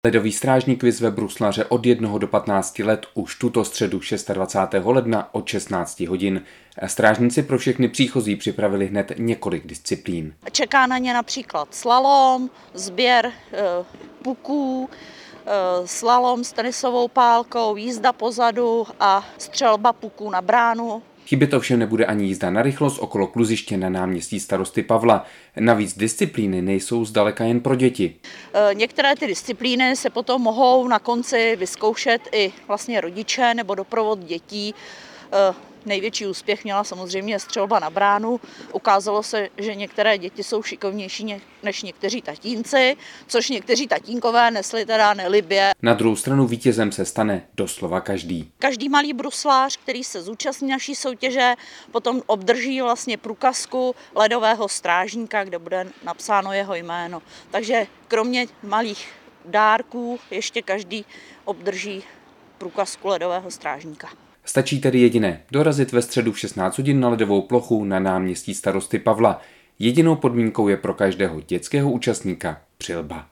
Ledový strážník vyzve bruslaře od 1 do 15 let už tuto středu 26. ledna od 16 hodin. Strážníci pro všechny příchozí připravili hned několik disciplín. Čeká na ně například slalom, sběr puků, slalom s tenisovou pálkou, jízda pozadu a střelba puků na bránu. Chybět ovšem nebude ani jízda na rychlost okolo kluziště na náměstí starosty Pavla. Navíc disciplíny nejsou zdaleka jen pro děti. Některé ty disciplíny se potom mohou na konci vyzkoušet i vlastně rodiče nebo doprovod dětí. Největší úspěch měla samozřejmě střelba na bránu. Ukázalo se, že některé děti jsou šikovnější než někteří tatínci, což někteří tatínkové nesli teda nelibě. Na druhou stranu vítězem se stane doslova každý. Každý malý bruslář, který se zúčastní naší soutěže, potom obdrží vlastně průkazku ledového strážníka, kde bude napsáno jeho jméno. Takže kromě malých dárků ještě každý obdrží průkazku ledového strážníka. Stačí tedy jediné: dorazit ve středu v 16 hodin na ledovou plochu na náměstí starosty Pavla. Jedinou podmínkou je pro každého dětského účastníka přilba.